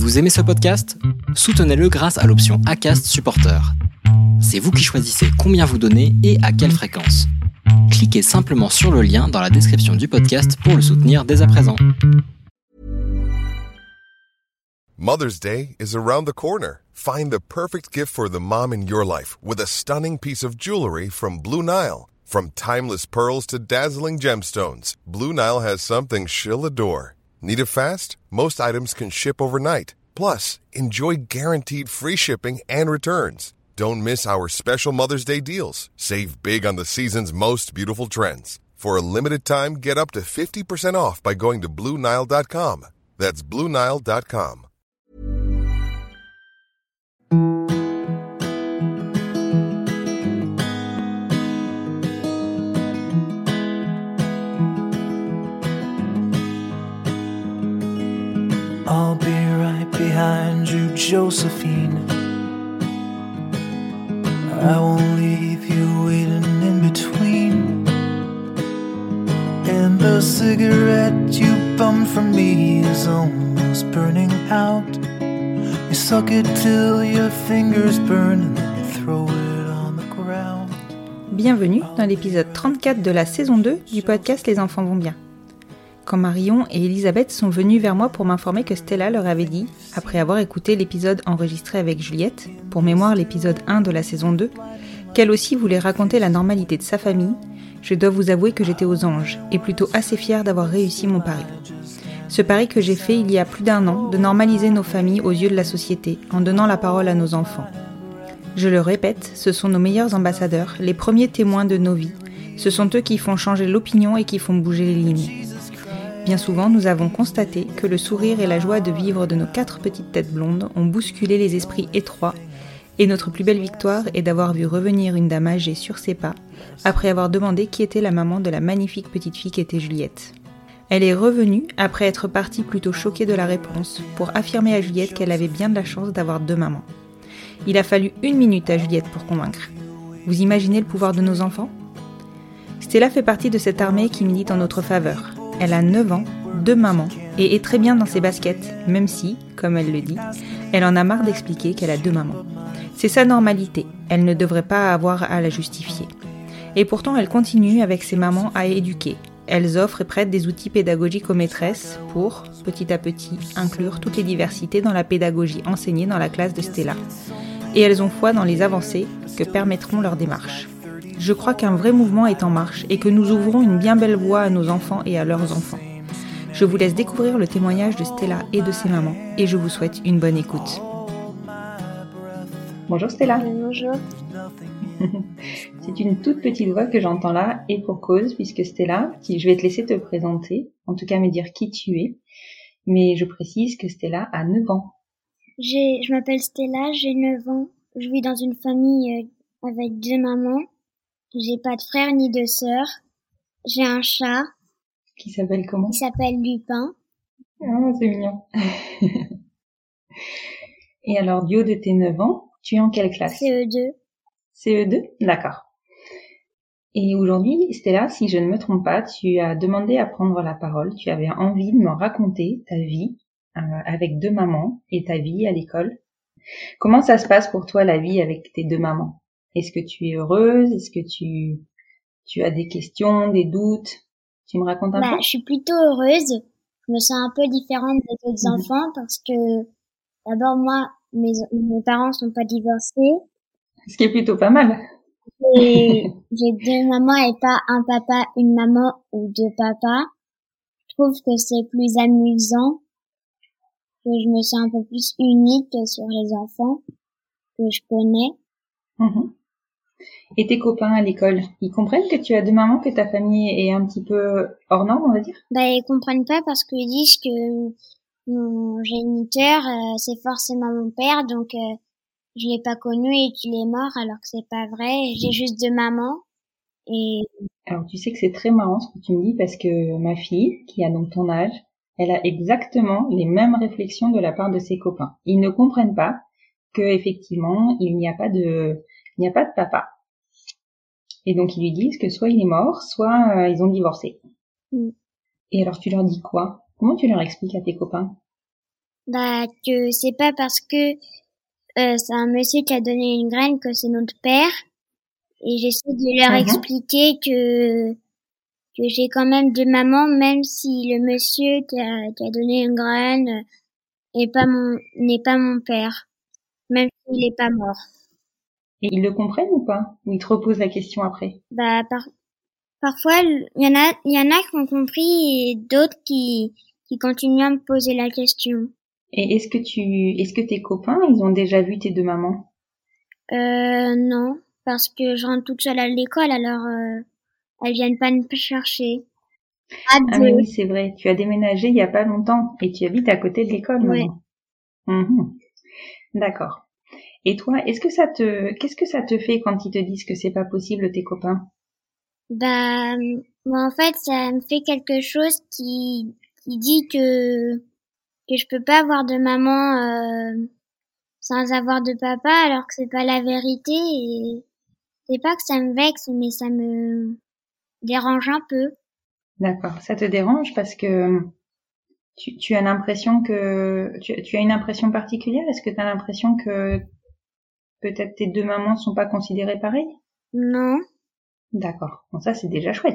Vous aimez ce podcast ? Soutenez-le grâce à l'option Acast Supporter. C'est vous qui choisissez combien vous donnez et à quelle fréquence. Cliquez simplement sur le lien dans la description du podcast pour le soutenir dès à présent. Mother's Day is around the corner. Find the perfect gift for the mom in your life with a stunning piece of jewelry from Blue Nile. From timeless pearls to dazzling gemstones, Blue Nile has something she'll adore. Need it fast? Most items can ship overnight. Plus, enjoy guaranteed free shipping and returns. Don't miss our special Mother's Day deals. Save big on the season's most beautiful trends. For a limited time, get up to 50% off by going to BlueNile.com. That's BlueNile.com. I'll be right behind you, Josephine. I won't leave you waiting in between. And the cigarette you bummed from me is almost burning out. You suck it till your fingers burn and then you throw it on the ground. Bienvenue dans l'épisode 34 de la saison 2 du podcast Les enfants vont bien. Quand Marion et Elisabeth sont venues vers moi pour m'informer que Stella leur avait dit, après avoir écouté l'épisode enregistré avec Juliette, pour mémoire l'épisode 1 de la saison 2, qu'elle aussi voulait raconter la normalité de sa famille, je dois vous avouer que j'étais aux anges et plutôt assez fière d'avoir réussi mon pari. Ce pari que j'ai fait il y a plus d'1 an de normaliser nos familles aux yeux de la société en donnant la parole à nos enfants. Je le répète, ce sont nos meilleurs ambassadeurs, les premiers témoins de nos vies. Ce sont eux qui font changer l'opinion et qui font bouger les lignes. Bien souvent, nous avons constaté que le sourire et la joie de vivre de nos 4 petites têtes blondes ont bousculé les esprits étroits, et notre plus belle victoire est d'avoir vu revenir une dame âgée sur ses pas, après avoir demandé qui était la maman de la magnifique petite fille qu'était Juliette. Elle est revenue, après être partie plutôt choquée de la réponse, pour affirmer à Juliette qu'elle avait bien de la chance d'avoir 2 mamans. Il a fallu 1 minute à Juliette pour convaincre. Vous imaginez le pouvoir de nos enfants ? Stella fait partie de cette armée qui milite en notre faveur. Elle a 9 ans, 2 mamans, et est très bien dans ses baskets, même si, comme elle le dit, elle en a marre d'expliquer qu'elle a 2 mamans. C'est sa normalité, elle ne devrait pas avoir à la justifier. Et pourtant, elle continue avec ses mamans à éduquer. Elles offrent et prêtent des outils pédagogiques aux maîtresses pour, petit à petit, inclure toutes les diversités dans la pédagogie enseignée dans la classe de Stella. Et elles ont foi dans les avancées que permettront leurs démarches. Je crois qu'un vrai mouvement est en marche et que nous ouvrons une bien belle voie à nos enfants et à leurs enfants. Je vous laisse découvrir le témoignage de Stella et de ses mamans et je vous souhaite une bonne écoute. Bonjour Stella. Bonjour. C'est une toute petite voix que j'entends là et pour cause puisque Stella, je vais te laisser te présenter, en tout cas me dire qui tu es, mais je précise que Stella a 9 ans. Je m'appelle Stella, j'ai 9 ans. Je vis dans une famille avec 2 mamans. J'ai pas de frère ni de sœur. J'ai un chat. Qui s'appelle comment ? Il s'appelle Lupin. Ah, c'est mignon. Et alors, du haut de tes 9 ans, tu es en quelle classe ? CE2. CE2 ? D'accord. Et aujourd'hui, Stella, si je ne me trompe pas, tu as demandé à prendre la parole. Tu avais envie de me raconter ta vie avec 2 mamans et ta vie à l'école. Comment ça se passe pour toi, la vie avec tes 2 mamans ? Est-ce que tu es heureuse ? Est-ce que tu as des questions, des doutes ? Tu me racontes un peu ? Je suis plutôt heureuse. Je me sens un peu différente des autres enfants parce que d'abord moi, mes parents sont pas divorcés. Ce qui est plutôt pas mal. Et j'ai 2 mamans et pas un papa, une maman ou 2 papas. Je trouve que c'est plus amusant, que je me sens un peu plus unique sur les enfants que je connais. Et tes copains à l'école, ils comprennent que tu as 2 mamans, que ta famille est un petit peu hors norme, on va dire ? Ils comprennent pas parce qu'ils disent que mon géniteur, c'est forcément mon père, donc je l'ai pas connu et qu'il est mort alors que c'est pas vrai. J'ai juste 2 mamans et... Alors tu sais que c'est très marrant ce que tu me dis parce que ma fille, qui a donc ton âge, elle a exactement les mêmes réflexions de la part de ses copains. Ils ne comprennent pas que effectivement il n'y a pas de papa. Et donc ils lui disent que soit il est mort, soit ils ont divorcé. Et alors tu leur dis quoi ? Comment tu leur expliques à tes copains ? Que c'est pas parce que c'est un monsieur qui a donné une graine que c'est notre père. Et j'essaie de leur expliquer que j'ai quand même deux mamans, même si le monsieur qui a donné une graine n'est pas mon père, même s'il est pas mort. Et ils le comprennent ou pas? Ou ils te reposent la question après? Parfois, il y en a qui ont compris et d'autres qui continuent à me poser la question. Et est-ce que tes copains, ils ont déjà vu tes deux mamans? Non, parce que je rentre toute seule à l'école, alors elles viennent pas me chercher. Mais oui, c'est vrai. Tu as déménagé il y a pas longtemps et tu habites à côté de l'école maintenant. D'accord. Et toi, qu'est-ce que ça te fait quand ils te disent que c'est pas possible, tes copains? Moi, en fait, ça me fait quelque chose qui dit que je peux pas avoir de maman sans avoir de papa, alors que c'est pas la vérité. Et c'est pas que ça me vexe, mais ça me dérange un peu. D'accord. Ça te dérange parce que tu as l'impression que tu as une impression particulière? Est-ce que tu as l'impression que peut-être tes deux mamans sont pas considérées pareilles? Non. D'accord. Bon, ça, c'est déjà chouette.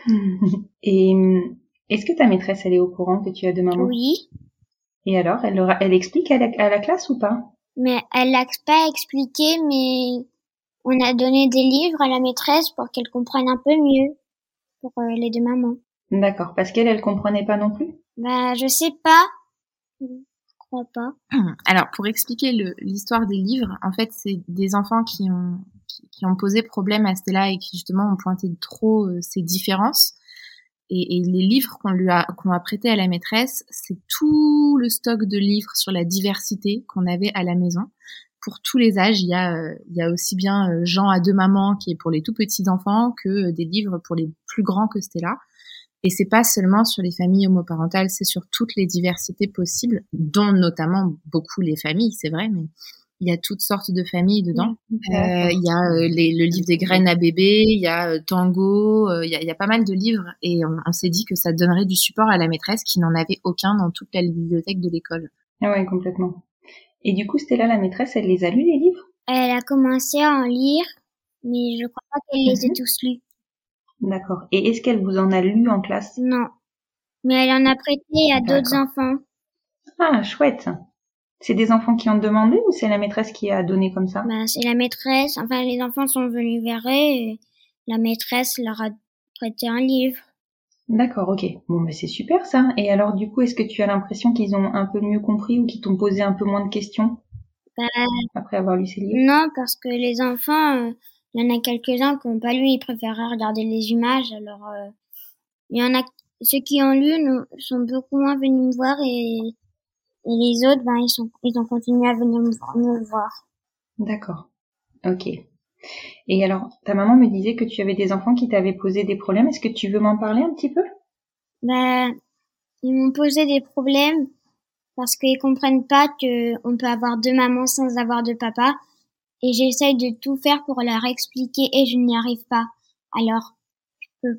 Et est-ce que ta maîtresse, elle est au courant que tu as deux mamans? Oui. Et alors, elle explique à la classe ou pas? Mais elle l'a pas expliqué, mais on a donné des livres à la maîtresse pour qu'elle comprenne un peu mieux pour les deux mamans. D'accord. Parce qu'elle comprenait pas non plus? Je sais pas. Je crois pas. Alors, pour expliquer l'histoire des livres, en fait, c'est des enfants qui ont posé problème à Stella et qui justement ont pointé trop ces différences. Et les livres qu'on a prêtés à la maîtresse, c'est tout le stock de livres sur la diversité qu'on avait à la maison. Pour tous les âges, il y a aussi bien Jean à deux mamans qui est pour les tout petits enfants que des livres pour les plus grands que Stella. Et c'est pas seulement sur les familles homoparentales, c'est sur toutes les diversités possibles, dont notamment beaucoup les familles, c'est vrai, mais il y a toutes sortes de familles dedans. Il y a le livre des graines à bébé, il y a Tango, il y a pas mal de livres et on s'est dit que ça donnerait du support à la maîtresse qui n'en avait aucun dans toute la bibliothèque de l'école. Ah ouais, complètement. Et du coup, Stella, la maîtresse, elle les a lus, les livres? Elle a commencé à en lire, mais je crois pas qu'elle les ait tous lus. D'accord. Et est-ce qu'elle vous en a lu en classe? Non. Mais elle en a prêté à d'autres enfants. Ah, chouette. C'est des enfants qui ont demandé ou c'est la maîtresse qui a donné comme ça? C'est la maîtresse. Enfin, les enfants sont venus vers elle et la maîtresse leur a prêté un livre. D'accord, ok. Bon, mais c'est super ça. Et alors, du coup, est-ce que tu as l'impression qu'ils ont un peu mieux compris ou qu'ils t'ont posé un peu moins de questions après avoir lu ces livres? Non, parce que les enfants, il y en a quelques-uns qui n'ont pas lu, ils préféraient regarder les images. Alors, il y en a ceux qui ont lu sont beaucoup moins venus me voir et les autres, ils ont continué à venir me voir. D'accord. Ok. Et alors, ta maman me disait que tu avais des enfants qui t'avaient posé des problèmes. Est-ce que tu veux m'en parler un petit peu? Ils m'ont posé des problèmes parce qu'ils comprennent pas que on peut avoir deux mamans sans avoir de papa. Et j'essaye de tout faire pour leur expliquer et je n'y arrive pas. Alors, ils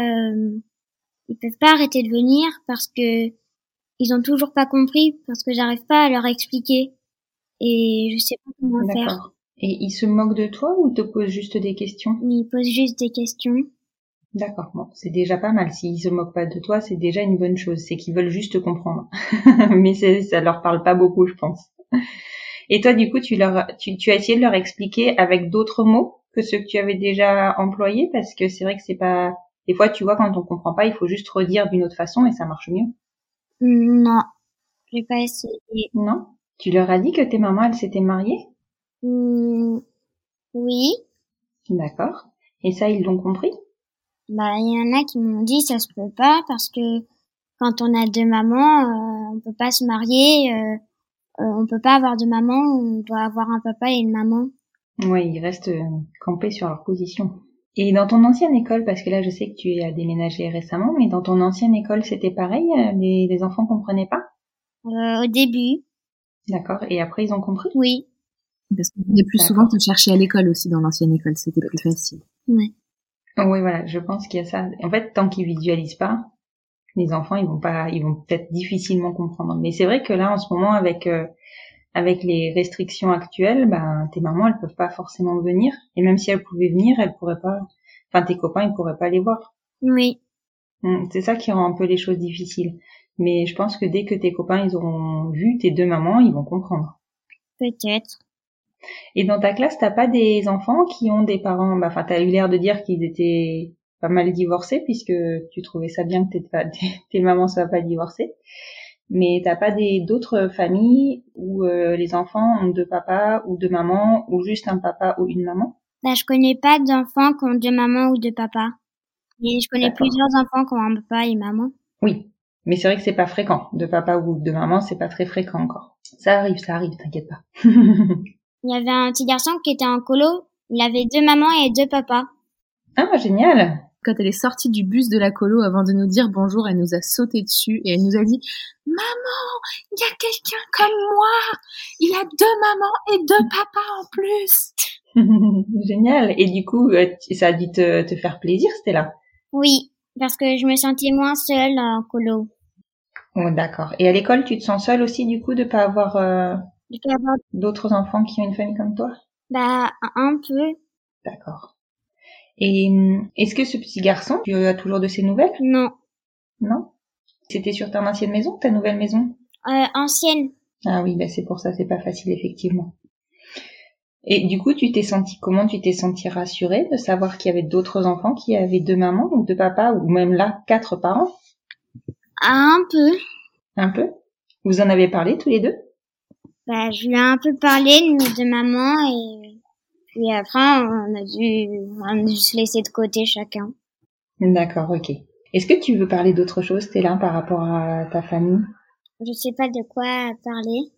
peuvent pas arrêter de venir parce que ils ont toujours pas compris parce que j'arrive pas à leur expliquer. Et je sais pas comment faire. Et ils se moquent de toi ou te posent juste des questions? Ils posent juste des questions. D'accord, bon, c'est déjà pas mal. S'ils se moquent pas de toi, c'est déjà une bonne chose. C'est qu'ils veulent juste comprendre. Mais ça leur parle pas beaucoup, je pense. Et toi, du coup, tu as essayé de leur expliquer avec d'autres mots que ceux que tu avais déjà employés, parce que c'est vrai que c'est pas, des fois, tu vois, quand on comprend pas, il faut juste redire d'une autre façon et ça marche mieux. Non, j'ai pas essayé. Non? Tu leur as dit que tes mamans, elles s'étaient mariées? Oui. D'accord. Et ça, ils l'ont compris? Il y en a qui m'ont dit ça se peut pas parce que quand on a deux mamans, on peut pas se marier, on peut pas avoir deux mamans, on doit avoir un papa et une maman. Ouais, ils restent campés sur leur position. Et dans ton ancienne école, parce que là je sais que tu as déménagé récemment, mais dans ton ancienne école c'était pareil, les enfants comprenaient pas? Au début. D'accord. Et après ils ont compris? Oui. Parce qu'on venait plus souvent te chercher à l'école aussi dans l'ancienne école, c'était plus facile. Ouais. Oui, voilà, je pense qu'il y a ça. En fait, tant qu'ils visualisent pas, Les enfants, ils vont peut-être difficilement comprendre. Mais c'est vrai que là, en ce moment, avec les restrictions actuelles, tes mamans, elles peuvent pas forcément venir. Et même si elles pouvaient venir, elles pourraient pas, tes copains, ils pourraient pas les voir. Oui. C'est ça qui rend un peu les choses difficiles. Mais je pense que dès que tes copains, ils auront vu tes deux mamans, ils vont comprendre. Peut-être. Et dans ta classe, t'as pas des enfants qui ont des parents, t'as eu l'air de dire qu'ils étaient pas mal divorcés, puisque tu trouvais ça bien que tes mamans soient pas divorcées. Mais t'as pas d'autres familles où les enfants ont deux papas ou deux mamans, ou juste un papa ou une maman? Je connais pas d'enfants qui ont deux mamans ou deux papas. Mais je connais plusieurs enfants qui ont un papa et une maman. Oui, mais c'est vrai que c'est pas fréquent. Deux papas ou deux mamans, c'est pas très fréquent encore. Ça arrive, t'inquiète pas. Il y avait un petit garçon qui était en colo. Il avait deux mamans et deux papas. Ah, génial! Quand elle est sortie du bus de la colo, avant de nous dire bonjour, elle nous a sauté dessus et elle nous a dit « Maman, il y a quelqu'un comme moi! Il y a deux mamans et deux papas en plus !» Génial! Et du coup, ça a dû te faire plaisir, Stella? Oui, parce que je me sentais moins seule en colo. Oh, d'accord. Et à l'école, tu te sens seule aussi, du coup, de pas avoir d'autres enfants qui ont une famille comme toi? Un peu. D'accord. Et est-ce que ce petit garçon, tu as toujours de ses nouvelles? Non. Non? C'était sur ton ancienne maison, ta nouvelle maison? Ancienne. Ah oui, c'est pour ça, c'est pas facile, effectivement. Et du coup, comment tu t'es sentie rassurée de savoir qu'il y avait d'autres enfants qui avaient deux mamans ou deux papas, ou même là, 4 parents? Un peu. Un peu? Vous en avez parlé tous les deux? Je lui ai un peu parlé de nos deux mamans et puis après, on a dû se laisser de côté chacun. D'accord, ok. Est-ce que tu veux parler d'autre chose, Théla, par rapport à ta famille? Je sais pas de quoi parler.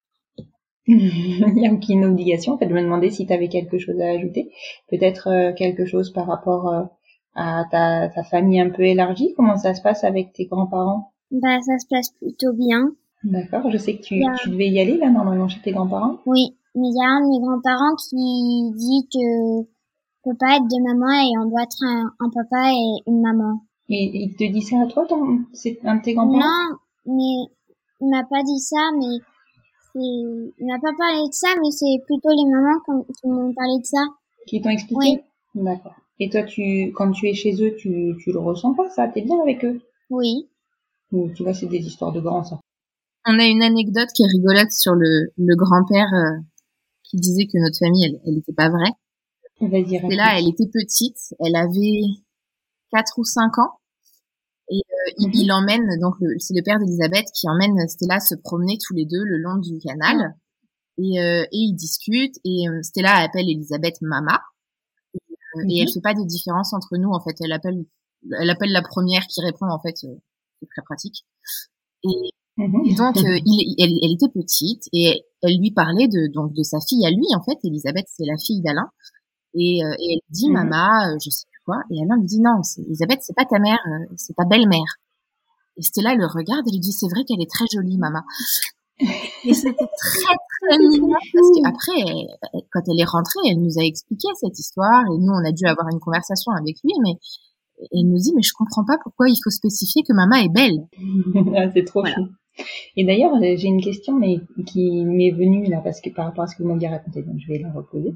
Il n'y a aucune obligation. En fait, je me demandais si tu avais quelque chose à ajouter. Peut-être quelque chose par rapport à ta famille un peu élargie. Comment ça se passe avec tes grands-parents? Ça se passe plutôt bien. D'accord. Je sais que tu devais y aller, là, normalement, chez tes grands-parents. Oui, mais il y a un de mes grands-parents qui dit que peut pas être deux mamans et on doit être un papa et une maman. Et il te dit ça à toi, c'est un de tes grands-parents? Non, mais il m'a pas dit ça, mais il m'a pas parlé de ça, mais c'est plutôt les mamans qui m'ont parlé de ça. Qui t'ont expliqué? Oui. D'accord. Et toi, quand tu es chez eux, tu le ressens pas, ça? T'es bien avec eux? Oui. Ou tu vois, c'est des histoires de grands, ça. On a une anecdote qui est rigolote sur le grand-père qui disait que notre famille, elle était pas vraie. Vas-y, raconte. Et là, elle était petite, elle avait 4 ou 5 ans. Et il l'emmène, donc c'est le père d'Elisabeth qui emmène Stella se promener tous les deux le long du canal. Et ils discutent et Stella appelle Elisabeth Mama. Et elle fait pas de différence entre nous, en fait. Elle appelle la première qui répond, en fait. C'est très pratique. Et donc, elle était petite et elle lui parlait de sa fille à lui, en fait. Elisabeth, c'est la fille d'Alain. Et elle dit, Mama, je sais plus quoi. Et Alain lui dit, non, Elisabeth, c'est pas ta mère, c'est ta belle-mère. Et Stella le regarde et lui dit, c'est vrai qu'elle est très jolie, Mama. Et c'était très, très mignon parce qu'après, quand elle est rentrée, elle nous a expliqué cette histoire et nous, on a dû avoir une conversation avec lui, mais elle nous dit, mais je comprends pas pourquoi il faut spécifier que Mama est belle. C'est trop chou. Et d'ailleurs, j'ai une question mais qui m'est venue là parce que par rapport à ce que vous m'aviez raconté, donc je vais la reposer.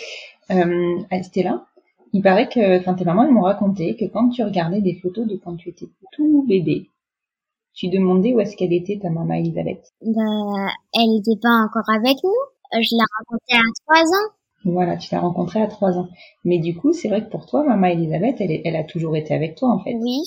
Stella, il paraît que, tes mamans, elles m'ont raconté que quand tu regardais des photos de quand tu étais tout bébé, tu demandais où est-ce qu'elle était, ta maman Elisabeth? Elle était pas encore avec nous. Je l'ai rencontrée à 3 ans. Voilà, tu l'as rencontrée à 3 ans. Mais du coup, c'est vrai que pour toi, maman Elisabeth, elle a toujours été avec toi, en fait. Oui.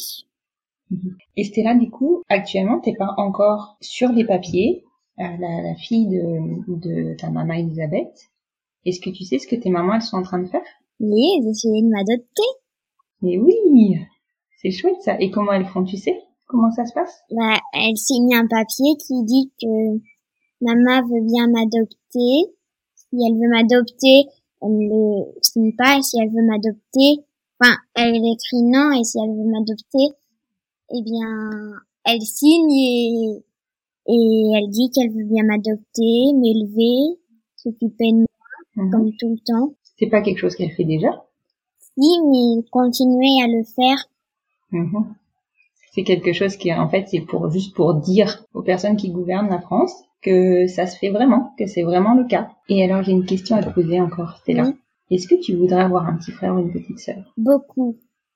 Et Stella, du coup, actuellement, t'es pas encore sur les papiers, la fille de ta maman Elisabeth. Est-ce que tu sais ce que tes mamans, elles sont en train de faire? Oui, elles essayaient de m'adopter. Mais oui, c'est chouette ça. Et comment elles font, tu sais? Comment ça se passe? Elle signe un papier qui dit que maman veut bien m'adopter. Si elle veut m'adopter, elle ne le signe pas. Et si elle veut m'adopter, elle écrit non. Et si elle veut m'adopter, eh bien, elle signe et elle dit qu'elle veut bien m'adopter, m'élever, s'occuper de moi, comme tout le temps. C'est pas quelque chose qu'elle fait déjà? Si, mais continuer à le faire. C'est quelque chose qui, en fait, c'est juste pour dire aux personnes qui gouvernent la France que ça se fait vraiment, que c'est vraiment le cas. Et alors, j'ai une question à te poser encore, Stella. Oui. Est-ce que tu voudrais avoir un petit frère ou une petite sœur? Beaucoup.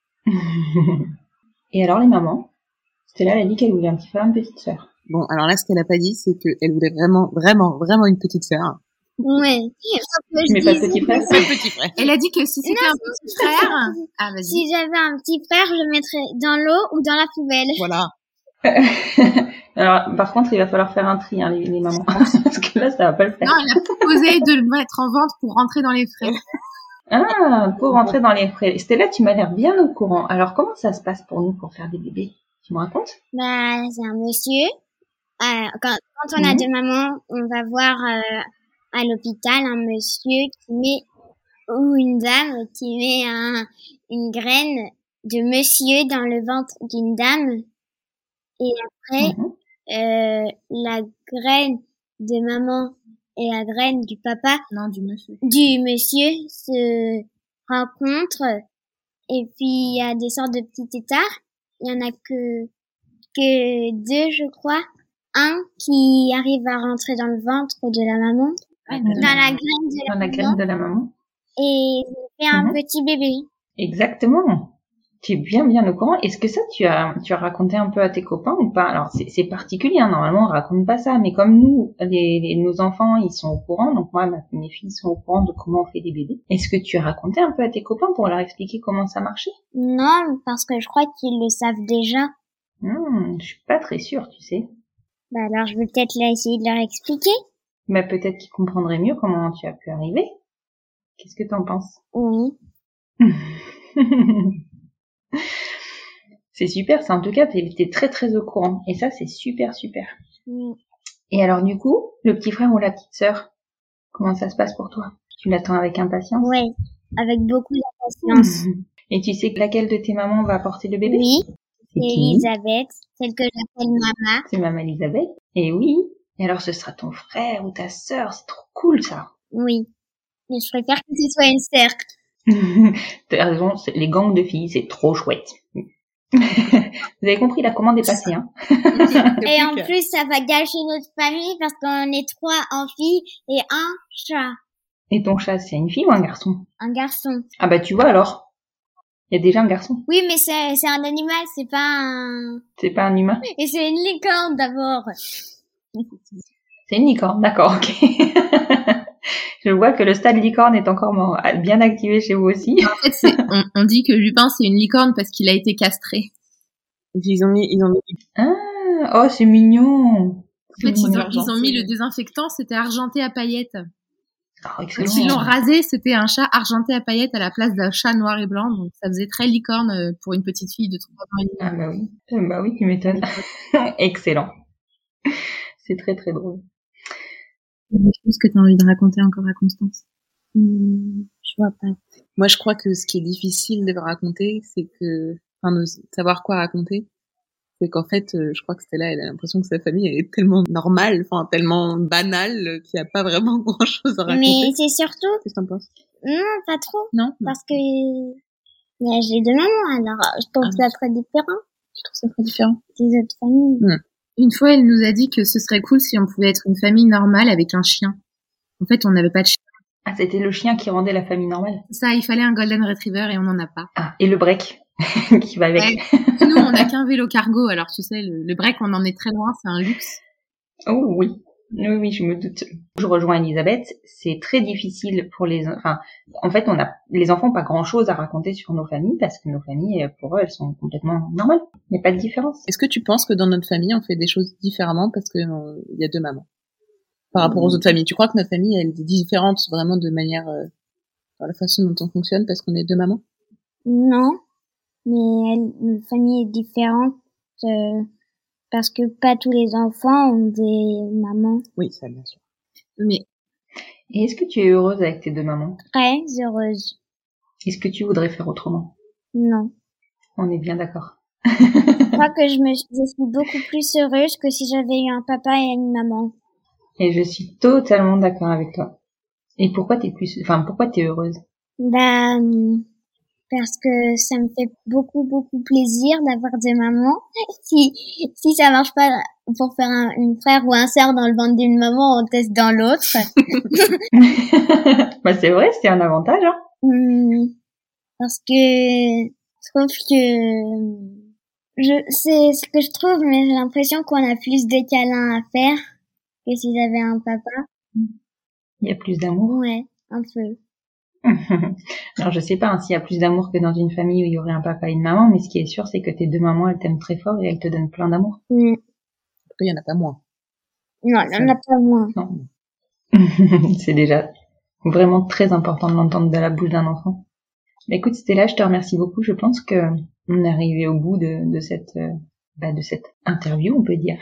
Et alors, les mamans? Stella, elle a dit qu'elle voulait un petit frère, une petite sœur. Bon, alors là, ce qu'elle a pas dit, c'est qu'elle voulait vraiment une petite sœur. Ouais. Mais pas de petit frère? Pas de petit frère. Elle a dit que si c'était un petit frère... Ah, vas-y. Si j'avais un petit frère, je le mettrais dans l'eau ou dans la poubelle. Voilà. Alors, par contre, il va falloir faire un tri, hein, les mamans. Parce que là, ça va pas le faire. Non, elle a proposé de le mettre en vente pour rentrer dans les frais. Ah, pour rentrer dans les frais. Stella, tu m'as l'air bien au courant. Alors, comment ça se passe pour nous pour faire des bébés? Tu me racontes? Bah, c'est un monsieur. Quand on a deux mamans, on va voir à l'hôpital un monsieur qui met, ou une dame qui met une graine de monsieur dans le ventre d'une dame. Et après, la graine de maman et la graine du papa, Non, du monsieur. se rencontrent. Et puis, il y a des sortes de petits têtards. Il y en a que deux, je crois. Un qui arrive à rentrer dans le ventre de la maman, dans la graine de la maman, et fait un petit bébé. Exactement. Tu es bien au courant. Est-ce que ça, tu as raconté un peu à tes copains ou pas? Alors, c'est particulier, hein. Normalement, on raconte pas ça. Mais comme nous, nos enfants, ils sont au courant. Donc, moi, mes filles sont au courant de comment on fait des bébés. Est-ce que tu as raconté un peu à tes copains pour leur expliquer comment ça marchait? Non, parce que je crois qu'ils le savent déjà. Je suis pas très sûre, tu sais. Bah alors, je vais peut-être essayer de leur expliquer. Mais peut-être qu'ils comprendraient mieux comment tu as pu arriver. Qu'est-ce que t'en penses? Oui. C'est super, ça, en tout cas, t'es très au courant. Et ça, c'est super. Oui. Et alors, du coup, le petit frère ou la petite sœur, comment ça se passe pour toi? Tu l'attends avec impatience? Ouais, avec beaucoup d'impatience. Et tu sais laquelle de tes mamans va porter le bébé? Oui, C'est c'est qui? Elisabeth, celle que j'appelle Mama. C'est maman Elisabeth. Et oui. Et alors, ce sera ton frère ou ta sœur, c'est trop cool, ça. Oui, mais je préfère que ce soit une sœur. T'as raison, les gangs de filles, c'est trop chouette. Vous avez compris, la commande est passée, hein. Et en plus, ça va gâcher notre famille parce qu'on est 3 en filles et un chat. Et ton chat, c'est une fille ou un garçon? Un garçon. Ah bah tu vois alors, il y a déjà un garçon. Oui, mais c'est un animal, c'est pas un... C'est pas un humain. Et c'est une licorne d'abord. C'est une licorne, d'accord, ok. Je vois que le stade licorne est encore bien activé chez vous aussi. En fait, on dit que Lupin, c'est une licorne parce qu'il a été castré. Ils ont mis. Ah, oh, c'est mignon. En fait, ils ont mis le désinfectant, c'était argenté à paillettes. Oh, excellent. Quand ils l'ont rasé, c'était un chat argenté à paillettes à la place d'un chat noir et blanc, donc ça faisait très licorne pour une petite fille de 3 ans et demi. Ah bah oui, tu m'étonnes. Excellent. C'est très drôle. Je pense que tu as envie de raconter encore à Constance. Je vois pas. Moi, je crois que ce qui est difficile de raconter, c'est que, de savoir quoi raconter, c'est qu'en fait, je crois que Stella, elle a l'impression que sa famille elle est tellement normale, tellement banale, qu'il n'y a pas vraiment grand-chose à raconter. Mais c'est surtout... Qu'est-ce que t'en penses? Non, pas trop. Non. Parce que j'ai deux mamans, alors je trouve ça très différent. Je trouve ça très différent. Des autres familles. Une fois, elle nous a dit que ce serait cool si on pouvait être une famille normale avec un chien. En fait, on n'avait pas de chien. Ah, c'était le chien qui rendait la famille normale. Ça, il fallait un golden retriever et on n'en a pas. Ah, et le break qui va avec. Ouais. Nous, on n'a qu'un vélo cargo, alors tu sais, le break, on en est très loin, c'est un luxe. Oh oui. Oui, je me doute. Je rejoins Elisabeth. C'est très difficile pour en fait, les enfants n'ont pas grand chose à raconter sur nos familles parce que nos familles, pour eux, elles sont complètement normales. Il n'y a pas de différence. Est-ce que tu penses que dans notre famille, on fait des choses différemment parce que il y a deux mamans? Par rapport aux autres familles. Tu crois que notre famille, elle est différente vraiment de manière, par la façon dont on fonctionne parce qu'on est deux mamans? Non. Mais notre famille est différente, parce que pas tous les enfants ont des mamans. Oui, ça, bien sûr. Mais Et est-ce que tu es heureuse avec tes deux mamans? Très heureuse. Est-ce que tu voudrais faire autrement? Non. On est bien d'accord. Je crois que je suis beaucoup plus heureuse que si j'avais eu un papa et une maman. Et je suis totalement d'accord avec toi. Et pourquoi t'es heureuse? parce que ça me fait beaucoup plaisir d'avoir des mamans. Si ça marche pas pour faire une frère ou un sœur dans le ventre d'une maman, on teste dans l'autre. Bah c'est vrai, c'est un avantage, hein. Parce que je trouve que c'est ce que je trouve, mais j'ai l'impression qu'on a plus de câlins à faire que si j'avais un papa. Il y a plus d'amour. Ouais, un peu. Alors je sais pas s'il y a plus d'amour que dans une famille où il y aurait un papa et une maman, mais ce qui est sûr c'est que tes deux mamans elles t'aiment très fort et elles te donnent plein d'amour. Après il y en a pas moins. Non, il y en a pas moins. Non. C'est déjà vraiment très important de l'entendre de la bouche d'un enfant. Écoute Stella, je te remercie beaucoup. Je pense que on est arrivé au bout de cette interview, on peut dire.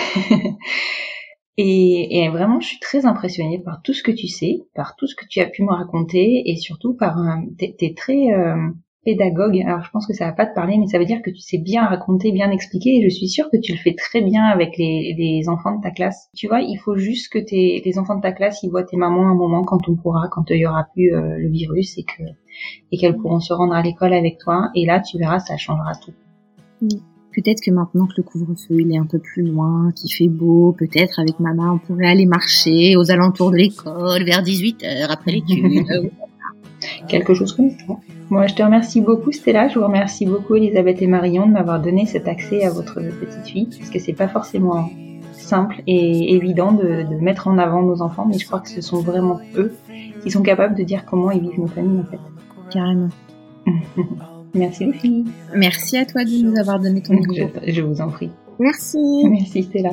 Et vraiment, je suis très impressionnée par tout ce que tu sais, par tout ce que tu as pu me raconter, et surtout par t'es très pédagogue. Alors, je pense que ça va pas te parler, mais ça veut dire que tu sais bien raconter, bien expliquer, et je suis sûre que tu le fais très bien avec les enfants de ta classe. Tu vois, il faut juste que les enfants de ta classe, ils voient tes mamans un moment quand il y aura plus le virus et qu'elles pourront se rendre à l'école avec toi, et là, tu verras, ça changera tout. Peut-être que maintenant que le couvre-feu il est un peu plus loin, qu'il fait beau, peut-être avec maman on pourrait aller marcher aux alentours de l'école vers 18h après l'étude. Quelque chose comme ça. Moi, je te remercie beaucoup Stella, je vous remercie beaucoup Elisabeth et Marion de m'avoir donné cet accès à votre petite fille, parce que c'est pas forcément simple et évident de mettre en avant nos enfants, mais je crois que ce sont vraiment eux qui sont capables de dire comment ils vivent nos familles en fait. Carrément. Merci les filles. Merci à toi de nous avoir donné ton micro. Je vous en prie. Merci. Merci Stella.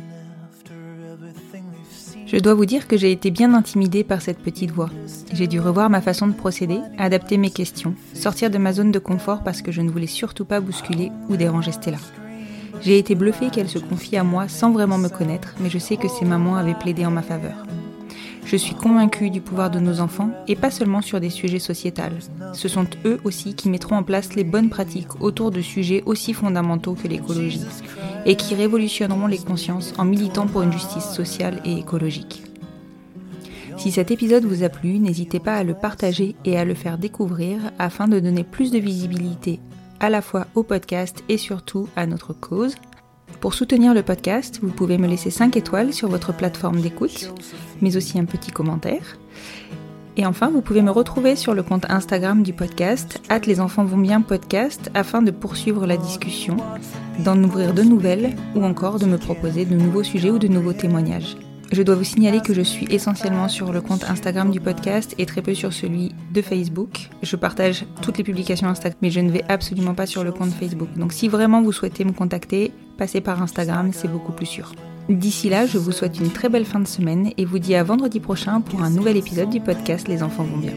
Je dois vous dire que j'ai été bien intimidée par cette petite voix. J'ai dû revoir ma façon de procéder, adapter mes questions, sortir de ma zone de confort parce que je ne voulais surtout pas bousculer ou déranger Stella. J'ai été bluffée qu'elle se confie à moi sans vraiment me connaître, mais je sais que ses mamans avaient plaidé en ma faveur. Je suis convaincue du pouvoir de nos enfants, et pas seulement sur des sujets sociétals. Ce sont eux aussi qui mettront en place les bonnes pratiques autour de sujets aussi fondamentaux que l'écologie, et qui révolutionneront les consciences en militant pour une justice sociale et écologique. Si cet épisode vous a plu, n'hésitez pas à le partager et à le faire découvrir afin de donner plus de visibilité à la fois au podcast et surtout à notre cause. Pour soutenir le podcast, vous pouvez me laisser 5 étoiles sur votre plateforme d'écoute, mais aussi un petit commentaire. Et enfin, vous pouvez me retrouver sur le compte Instagram du podcast, @lesenfantsvonbienpodcast, afin de poursuivre la discussion, d'en ouvrir de nouvelles ou encore de me proposer de nouveaux sujets ou de nouveaux témoignages. Je dois vous signaler que je suis essentiellement sur le compte Instagram du podcast et très peu sur celui de Facebook. Je partage toutes les publications Instagram, mais je ne vais absolument pas sur le compte Facebook. Donc si vraiment vous souhaitez me contacter, passez par Instagram, c'est beaucoup plus sûr. D'ici là, je vous souhaite une très belle fin de semaine et vous dis à vendredi prochain pour un nouvel épisode du podcast Les enfants vont bien.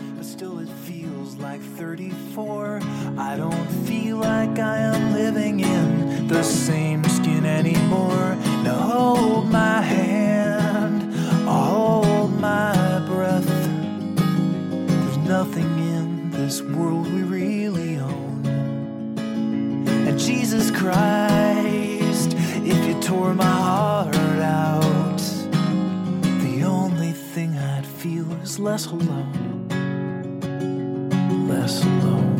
I don't feel like I am living in the same skin anymore. Now hold my hand, hold my breath. There's nothing in this world we really own. And Jesus Christ, if you tore my heart out, the only thing I'd feel is less alone. Less alone.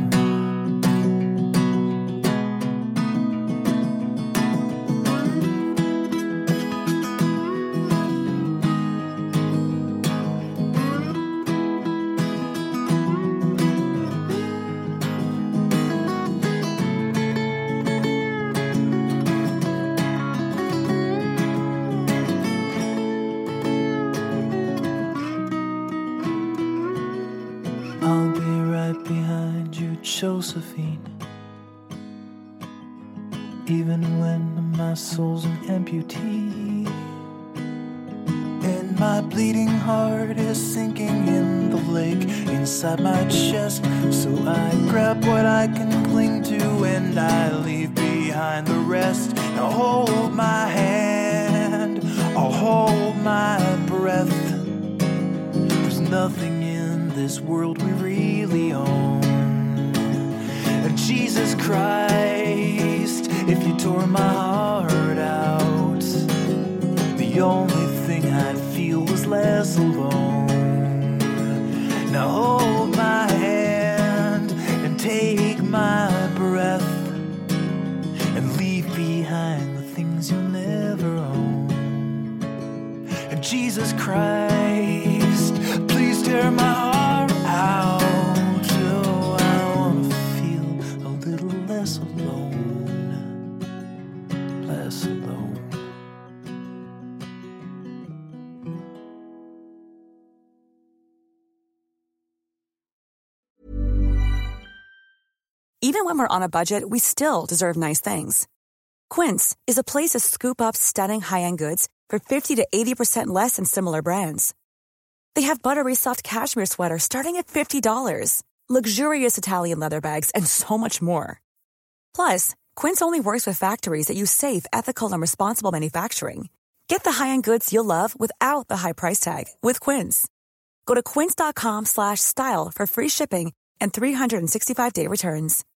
I'll be right behind you, Josephine. Even when my soul's an amputee, and my bleeding heart is sinking in the lake inside my chest. So I grab what I can cling to and I leave behind the rest. Now hold my hand, I'll hold my breath. There's nothing in this world we really own. And Jesus Christ, if you tore my heart out, the only thing I'd feel was less alone. Now hold my hand and take Christ, please tear my heart out. Oh, I wanna feel a little less alone, less alone. Even when we're on a budget, we still deserve nice things. Quince is a place to scoop up stunning high-end goods for 50 to 80% less than similar brands. They have buttery soft cashmere sweaters starting at $50, luxurious Italian leather bags, and so much more. Plus, Quince only works with factories that use safe, ethical, and responsible manufacturing. Get the high-end goods you'll love without the high price tag with Quince. Go to quince.com/style for free shipping and 365-day returns.